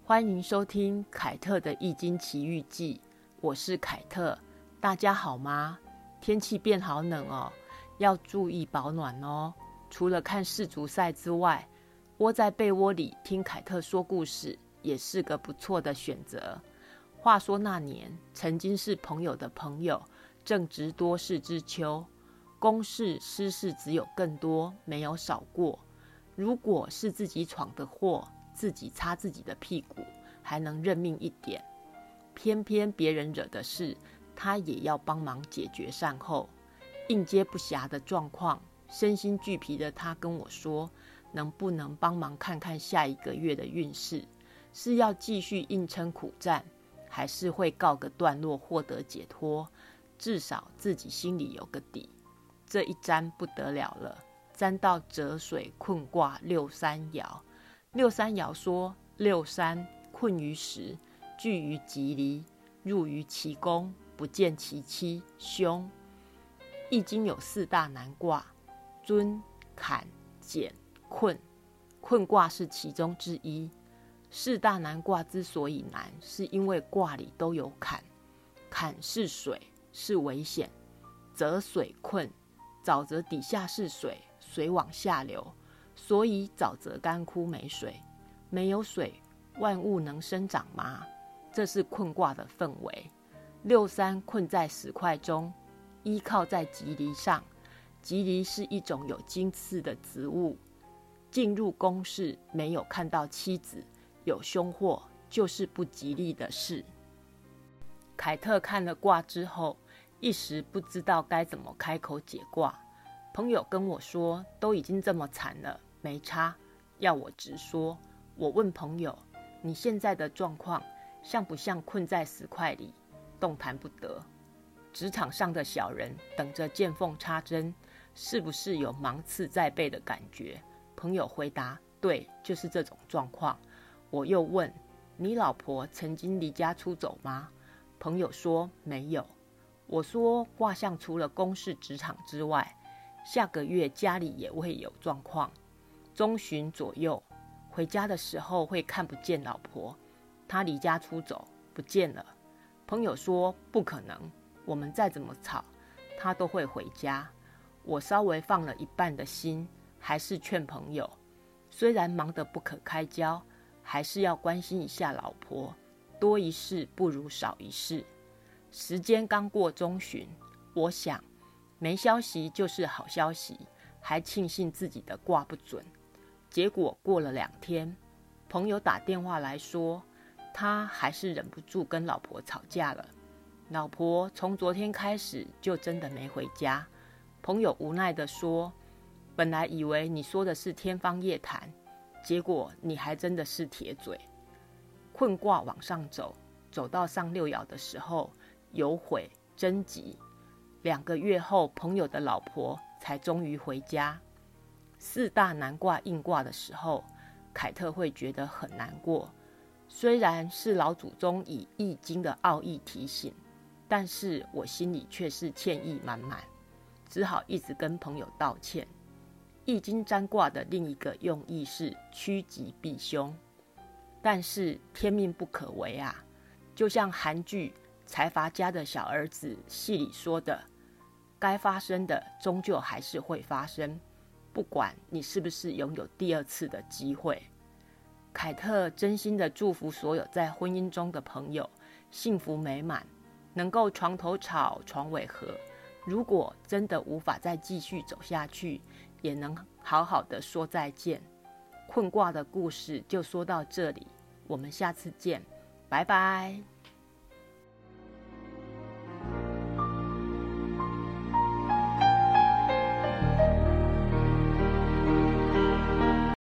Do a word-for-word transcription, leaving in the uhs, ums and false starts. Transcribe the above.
欢迎收听凯特的易经奇遇记，我是凯特。大家好吗？天气变好冷哦，要注意保暖哦。除了看世足赛之外，窝在被窝里听凯特说故事也是个不错的选择。话说那年曾经是朋友的朋友，正值多事之秋，公事私事只有更多，没有少过。如果是自己闯的祸，自己擦自己的屁股，还能认命一点，偏偏别人惹的事，他也要帮忙解决善后。应接不暇的状况，身心俱疲的他跟我说，能不能帮忙看看下一个月的运势，是要继续硬撑苦战，还是会告个段落获得解脱，至少自己心里有个底。这一占不得了了，占到折水困卦六三爻。六三爻说，六三困于时，聚于吉离，入于其宫，不见其妻，凶。易经有四大难卦，尊、坎、简、困，困卦是其中之一。四大难卦之所以难，是因为卦里都有坎，坎是水，是危险，泽水困，沼泽底下是水，水往下流，所以沼泽干枯没水。没有水，万物能生长吗？这是困卦的氛围。六三困在石块中，依靠在吉离上。吉离是一种有茎刺的植物，进入宫室没有看到妻子，有凶祸，就是不吉利的事。凯特看了卦之后，一时不知道该怎么开口解卦。朋友跟我说，都已经这么惨了，没差，要我直说。我问朋友，你现在的状况像不像困在石块里，动弹不得？职场上的小人等着见缝插针，是不是有芒刺在背的感觉？朋友回答，对，就是这种状况。我又问，你老婆曾经离家出走吗？朋友说没有。我说，卦象除了公事职场之外，下个月家里也会有状况，中旬左右回家的时候会看不见老婆，她离家出走不见了。朋友说不可能，我们再怎么吵她都会回家。我稍微放了一半的心，还是劝朋友，虽然忙得不可开交，还是要关心一下老婆，多一事不如少一事。时间刚过中旬，我想没消息就是好消息，还庆幸自己的卦不准。结果过了两天，朋友打电话来说，他还是忍不住跟老婆吵架了。老婆从昨天开始就真的没回家。朋友无奈地说，本来以为你说的是天方夜谭，结果你还真的是铁嘴。困卦往上走，走到上六爻的时候，有悔征吉。两个月后，朋友的老婆才终于回家。四大难卦应卦的时候，凯特会觉得很难过。虽然是老祖宗以易经的奥义提醒，但是我心里却是歉意满满，只好一直跟朋友道歉。易经占卦的另一个用意是趋吉避凶，但是天命不可违啊！就像韩剧《财阀家的小儿子》戏里说的，该发生的终究还是会发生，不管你是不是拥有第二次的机会。凯特真心的祝福所有在婚姻中的朋友幸福美满，能够床头吵床尾和。如果真的无法再继续走下去，也能好好的说再见。困卦的故事就说到这里，我们下次见，拜拜。